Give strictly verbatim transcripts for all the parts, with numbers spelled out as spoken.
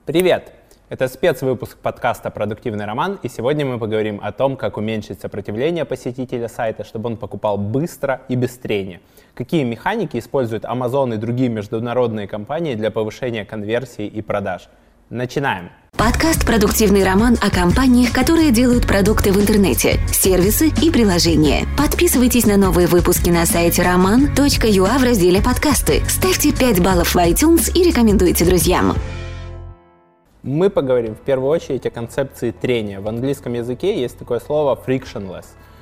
Привет! Это спецвыпуск подкаста «Продуктивный роман», и сегодня мы поговорим о том, как уменьшить сопротивление посетителя сайта, чтобы он покупал быстро и без трения. Какие механики используют Amazon и другие международные компании для повышения конверсии и продаж. Начинаем! Подкаст «Продуктивный роман» о компаниях, которые делают продукты в интернете, сервисы и приложения. Подписывайтесь на новые выпуски на сайте роман точка ю а в разделе «Подкасты». Ставьте пять баллов в iTunes и рекомендуйте друзьям. Мы поговорим в первую очередь о концепции трения. В английском языке есть такое слово frictionless.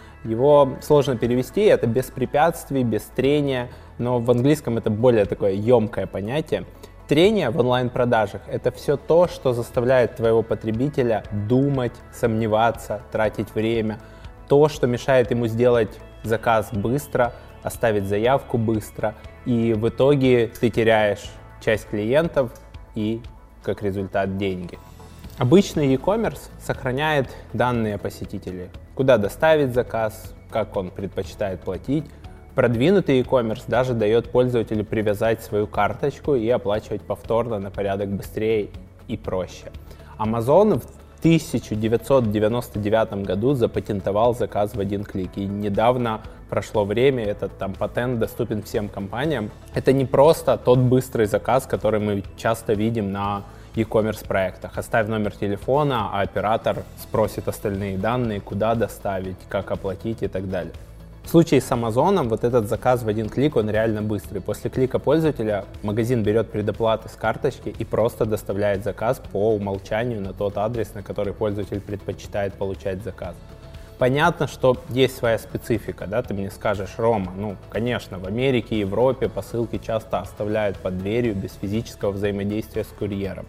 Его сложно перевести, это без препятствий, без трения, но в английском это более такое емкое понятие. Трение в онлайн-продажах – это все то, что заставляет твоего потребителя думать, сомневаться, тратить время. То, что мешает ему сделать заказ быстро, оставить заявку быстро. И в итоге ты теряешь часть клиентов и, как результат, деньги. Обычный e-commerce сохраняет данные посетителей. Куда доставить заказ, как он предпочитает платить. Продвинутый e-commerce даже дает пользователю привязать свою карточку и оплачивать повторно на порядок быстрее и проще. Amazon в тысяча девятьсот девяносто девятом году запатентовал заказ в один клик. И недавно прошло время, этот там патент доступен всем компаниям. Это не просто тот быстрый заказ, который мы часто видим на e-commerce проектах. Оставь номер телефона, а оператор спросит остальные данные, куда доставить, как оплатить и так далее. В случае с Amazon вот этот заказ в один клик, он реально быстрый. После клика пользователя магазин берет предоплаты с карточки и просто доставляет заказ по умолчанию на тот адрес, на который пользователь предпочитает получать заказ. Понятно, что есть своя специфика, да, ты мне скажешь: Рома, ну, конечно, в Америке и Европе посылки часто оставляют под дверью без физического взаимодействия с курьером.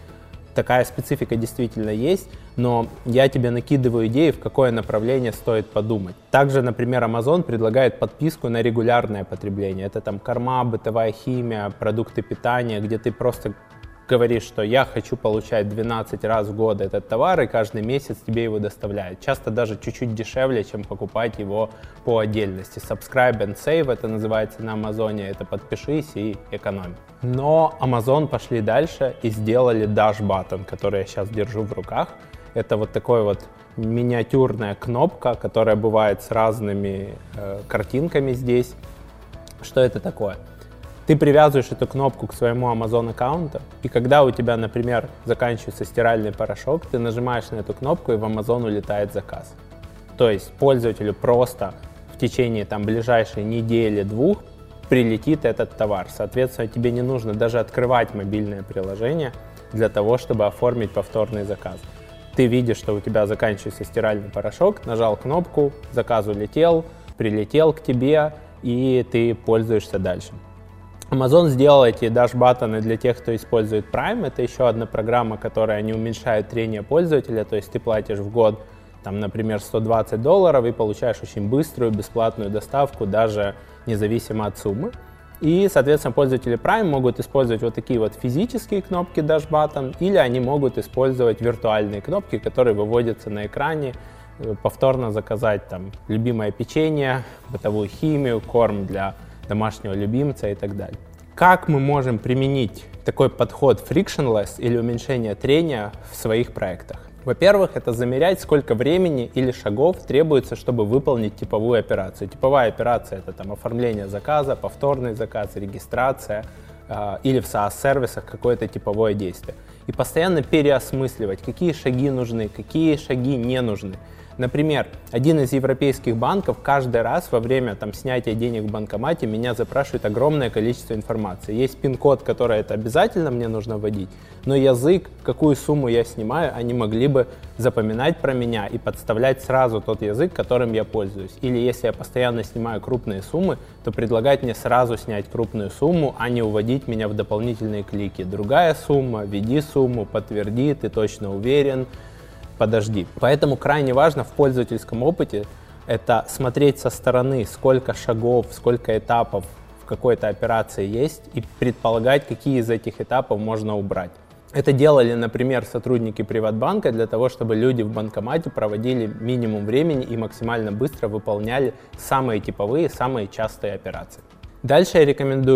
Такая специфика действительно есть, но я тебе накидываю идеи, в какое направление стоит подумать. Также, например, Amazon предлагает подписку на регулярное потребление. Это там корма, бытовая химия, продукты питания, где ты просто говоришь, что я хочу получать двенадцать раз в год этот товар, и каждый месяц тебе его доставляют. Часто даже чуть-чуть дешевле, чем покупать его по отдельности. Subscribe and save, это называется на Амазоне, это подпишись и экономь. Но Amazon пошли дальше и сделали Dash Button, который я сейчас держу в руках. Это вот такой вот миниатюрная кнопка, которая бывает с разными э, картинками здесь. Что это такое? Ты привязываешь эту кнопку к своему Amazon аккаунту, и когда у тебя, например, заканчивается стиральный порошок, ты нажимаешь на эту кнопку, и в Amazon улетает заказ. То есть пользователю просто в течение там ближайшей недели-двух прилетит этот товар. Соответственно, тебе не нужно даже открывать мобильное приложение для того, чтобы оформить повторный заказ. Ты видишь, что у тебя заканчивается стиральный порошок, нажал кнопку, заказ улетел, прилетел к тебе, и ты пользуешься дальше. Amazon сделал эти Dash-баттоны для тех, кто использует Prime. Это еще одна программа, которая не уменьшает трение пользователя. То есть ты платишь в год, там, например, сто двадцать долларов и получаешь очень быструю бесплатную доставку, даже независимо от суммы. И, соответственно, пользователи Prime могут использовать вот такие вот физические кнопки Dash-баттон, или они могут использовать виртуальные кнопки, которые выводятся на экране, повторно заказать там любимое печенье, бытовую химию, корм для домашнего любимца и так далее. Как мы можем применить такой подход frictionless или уменьшение трения в своих проектах? Во-первых, это замерять, сколько времени или шагов требуется, чтобы выполнить типовую операцию. Типовая операция — это там оформление заказа, повторный заказ, регистрация э, или в SaaS-сервисах какое-то типовое действие. И постоянно переосмысливать, какие шаги нужны, какие шаги не нужны. Например, один из европейских банков каждый раз во время там, снятия денег в банкомате меня запрашивает огромное количество информации. Есть пин-код, который это обязательно мне нужно вводить, но язык, какую сумму я снимаю, они могли бы запоминать про меня и подставлять сразу тот язык, которым я пользуюсь. Или если я постоянно снимаю крупные суммы, то предлагать мне сразу снять крупную сумму, а не уводить меня в дополнительные клики. Другая сумма, введи сумму, подтверди, ты точно уверен. Подожди. Поэтому крайне важно в пользовательском опыте это смотреть со стороны, сколько шагов, сколько этапов в какой-то операции есть, и предполагать, какие из этих этапов можно убрать. Это делали, например, сотрудники Приватбанка для того, чтобы люди в банкомате проводили минимум времени и максимально быстро выполняли самые типовые, самые частые операции. Дальше я рекомендую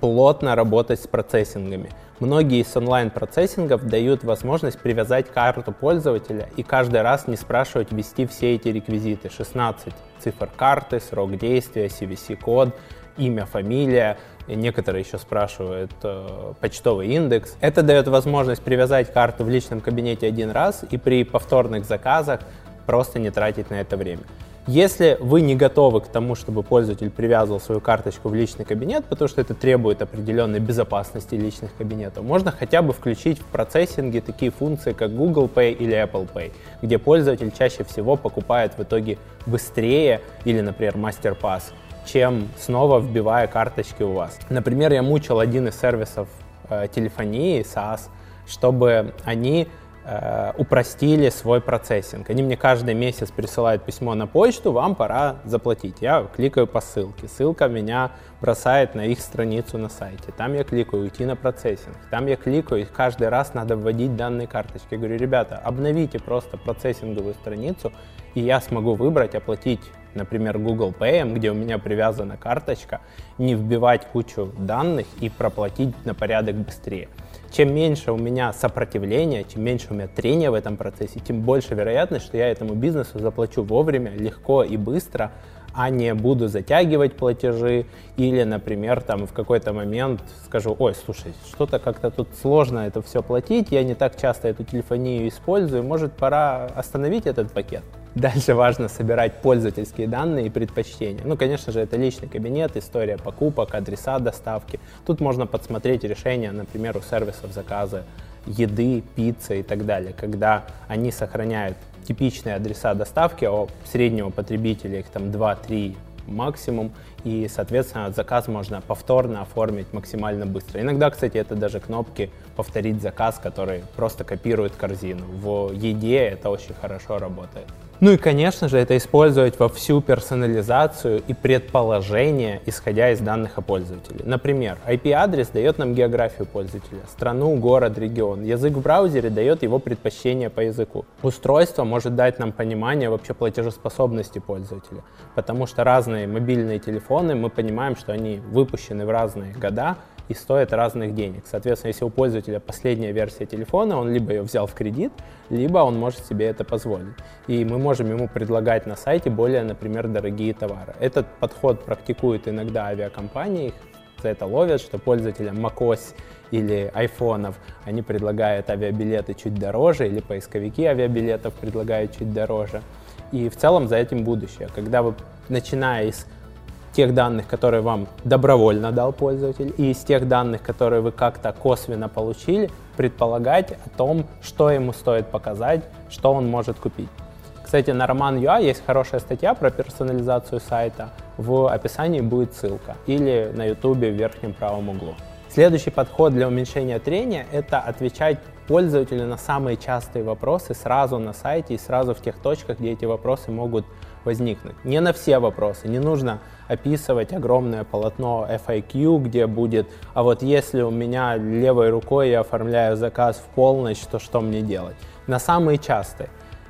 плотно работать с процессингами. Многие из онлайн-процессингов дают возможность привязать карту пользователя и каждый раз не спрашивать ввести все эти реквизиты. шестнадцать цифр карты, срок действия, си ви си-код, имя, фамилия. И некоторые еще спрашивают э, почтовый индекс. Это дает возможность привязать карту в личном кабинете один раз и при повторных заказах просто не тратить на это время. Если вы не готовы к тому, чтобы пользователь привязывал свою карточку в личный кабинет, потому что это требует определенной безопасности личных кабинетов, можно хотя бы включить в процессинге такие функции, как Google Pay или Apple Pay, где пользователь чаще всего покупает в итоге быстрее или, например, MasterPass, чем снова вбивая карточки у вас. Например, я мучил один из сервисов э, телефонии, SaaS, чтобы они э, упростили свой процессинг. Они мне каждый месяц присылают письмо на почту, вам пора заплатить. Я кликаю по ссылке. Ссылка меня бросает на их страницу на сайте. Там я кликаю «Уйти на процессинг». Там я кликаю, и каждый раз надо вводить данные карточки. Я говорю, ребята, обновите просто процессинговую страницу, и я смогу выбрать, оплатить, например, Google Pay, где у меня привязана карточка, не вбивать кучу данных и проплатить на порядок быстрее. Чем меньше у меня сопротивления, чем меньше у меня трения в этом процессе, тем больше вероятность, что я этому бизнесу заплачу вовремя, легко и быстро, а не буду затягивать платежи или, например, там в какой-то момент скажу, ой, слушай, что-то как-то тут сложно это все платить, я не так часто эту телефонию использую, может, пора остановить этот пакет. Дальше важно собирать пользовательские данные и предпочтения. Ну, конечно же, это личный кабинет, история покупок, адреса доставки. Тут можно подсмотреть решения, например, у сервисов заказа еды, пиццы и так далее, когда они сохраняют типичные адреса доставки, а у среднего потребителя их там два-три максимум, и, соответственно, заказ можно повторно оформить максимально быстро. Иногда, кстати, это даже кнопки «Повторить заказ», которые просто копируют корзину. В еде это очень хорошо работает. Ну и, конечно же, это использовать во всю персонализацию и предположения, исходя из данных о пользователе. Например, ай пи-адрес дает нам географию пользователя, страну, город, регион. Язык в браузере дает его предпочтение по языку. Устройство может дать нам понимание вообще платежеспособности пользователя, потому что разные мобильные телефоны, мы понимаем, что они выпущены в разные года и стоят разных денег. Соответственно, если у пользователя последняя версия телефона, он либо ее взял в кредит, либо он может себе это позволить. И мы можем ему предлагать на сайте более, например, дорогие товары. Этот подход практикуют иногда авиакомпании, за это ловят, что пользователям macOS или айфонов они предлагают авиабилеты чуть дороже, или поисковики авиабилетов предлагают чуть дороже. И в целом за этим будущее. Когда вы, начиная из тех данных, которые вам добровольно дал пользователь, и из тех данных, которые вы как-то косвенно получили, предполагать о том, что ему стоит показать, что он может купить. Кстати, на Роман точка ю а есть хорошая статья про персонализацию сайта, в описании будет ссылка, или на YouTube в верхнем правом углу. Следующий подход для уменьшения трения – это отвечать пользователю на самые частые вопросы сразу на сайте и сразу в тех точках, где эти вопросы могут возникнуть. Не на все вопросы, не нужно описывать огромное полотно эф эй кью, где будет, а вот если у меня левой рукой я оформляю заказ в полночь, то что мне делать? На самые частые.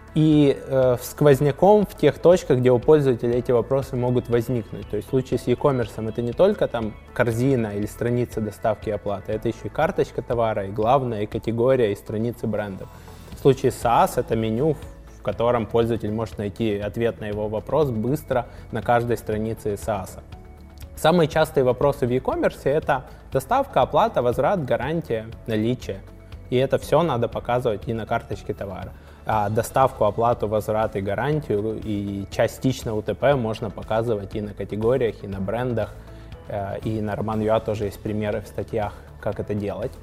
И э, сквозняком в тех точках, где у пользователя эти вопросы могут возникнуть. То есть в случае с e-commerce это не только там корзина или страница доставки и оплаты, это еще и карточка товара, и главная, и категория, и страницы брендов. В случае с SaaS это меню, в котором пользователь может найти ответ на его вопрос быстро на каждой странице SaaS. Самые частые вопросы в e-commerce — это доставка, оплата, возврат, гарантия, наличие. И это все надо показывать и на карточке товара. А доставку, оплату, возврат и гарантию и частично у тэ пэ можно показывать и на категориях, и на брендах. И на Роман точка ю а тоже есть примеры в статьях, как это делать.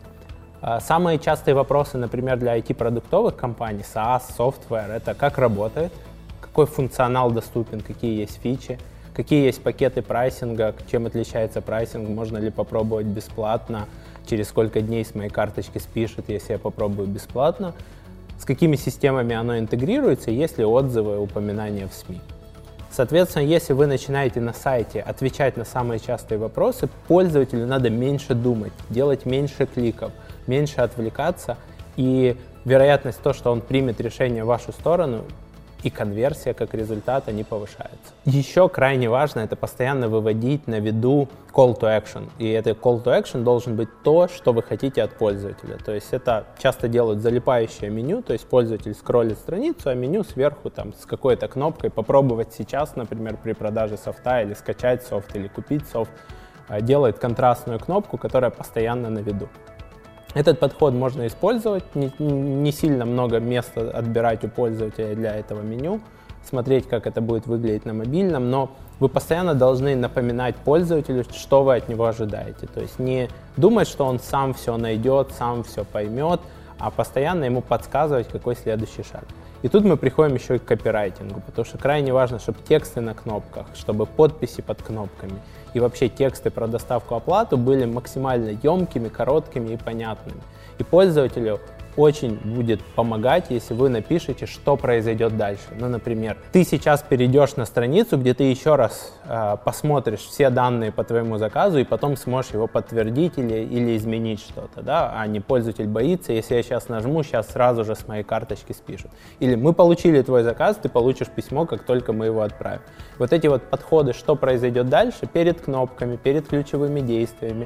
Самые частые вопросы, например, для ай ти-продуктовых компаний, SaaS, software, это как работает, какой функционал доступен, какие есть фичи, какие есть пакеты прайсинга, чем отличается прайсинг, можно ли попробовать бесплатно, через сколько дней с моей карточки спишет, если я попробую бесплатно, с какими системами оно интегрируется, есть ли отзывы, упоминания в СМИ. Соответственно, если вы начинаете на сайте отвечать на самые частые вопросы, пользователю надо меньше думать, делать меньше кликов, меньше отвлекаться, и вероятность того, что он примет решение в вашу сторону, и конверсия как результат, они повышаются. Еще крайне важно — это постоянно выводить на виду call to action. И этот call to action должен быть то, что вы хотите от пользователя. То есть это часто делают залипающее меню, то есть пользователь скроллит страницу, а меню сверху там с какой-то кнопкой «Попробовать сейчас», например, при продаже софта, или «Скачать софт», или «Купить софт», делает контрастную кнопку, которая постоянно на виду. Этот подход можно использовать, не, не сильно много места отбирать у пользователя для этого меню, смотреть, как это будет выглядеть на мобильном, но вы постоянно должны напоминать пользователю, что вы от него ожидаете. То есть не думать, что он сам все найдет, сам все поймет, а постоянно ему подсказывать, какой следующий шаг. И тут мы приходим еще и к копирайтингу, потому что крайне важно, чтобы тексты на кнопках, чтобы подписи под кнопками и вообще тексты про доставку оплату были максимально емкими, короткими и понятными. И пользователю очень будет помогать, если вы напишете, что произойдет дальше. Ну, например, ты сейчас перейдешь на страницу, где ты еще раз э, посмотришь все данные по твоему заказу и потом сможешь его подтвердить или, или изменить что-то, да, а не пользователь боится, если я сейчас нажму, сейчас сразу же с моей карточки спишут. Или мы получили твой заказ, ты получишь письмо, как только мы его отправим. Вот эти вот подходы, что произойдет дальше, перед кнопками, перед ключевыми действиями,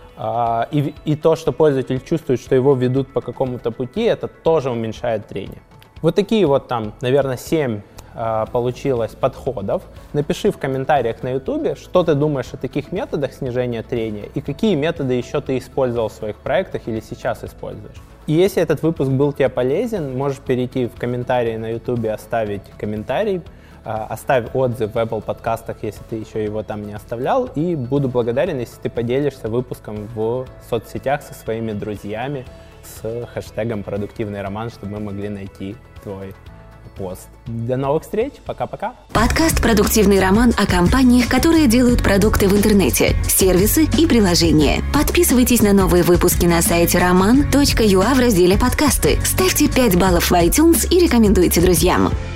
Uh, и, и то, что пользователь чувствует, что его ведут по какому-то пути, это тоже уменьшает трение. Вот такие вот там, наверное, семь uh, получилось подходов. Напиши в комментариях на YouTube, что ты думаешь о таких методах снижения трения и какие методы еще ты использовал в своих проектах или сейчас используешь. И если этот выпуск был тебе полезен, можешь перейти в комментарии на YouTube, оставить комментарий. Оставь отзыв в Apple подкастах, если ты еще его там не оставлял, и буду благодарен, если ты поделишься выпуском в соцсетях со своими друзьями с хэштегом «Продуктивный роман», чтобы мы могли найти твой пост. До новых встреч, пока-пока. Подкаст «Продуктивный роман» о компаниях, которые делают продукты в интернете, сервисы и приложения. Подписывайтесь на новые выпуски на сайте роман точка ю а в разделе «Подкасты». Ставьте пять баллов в iTunes и рекомендуйте друзьям.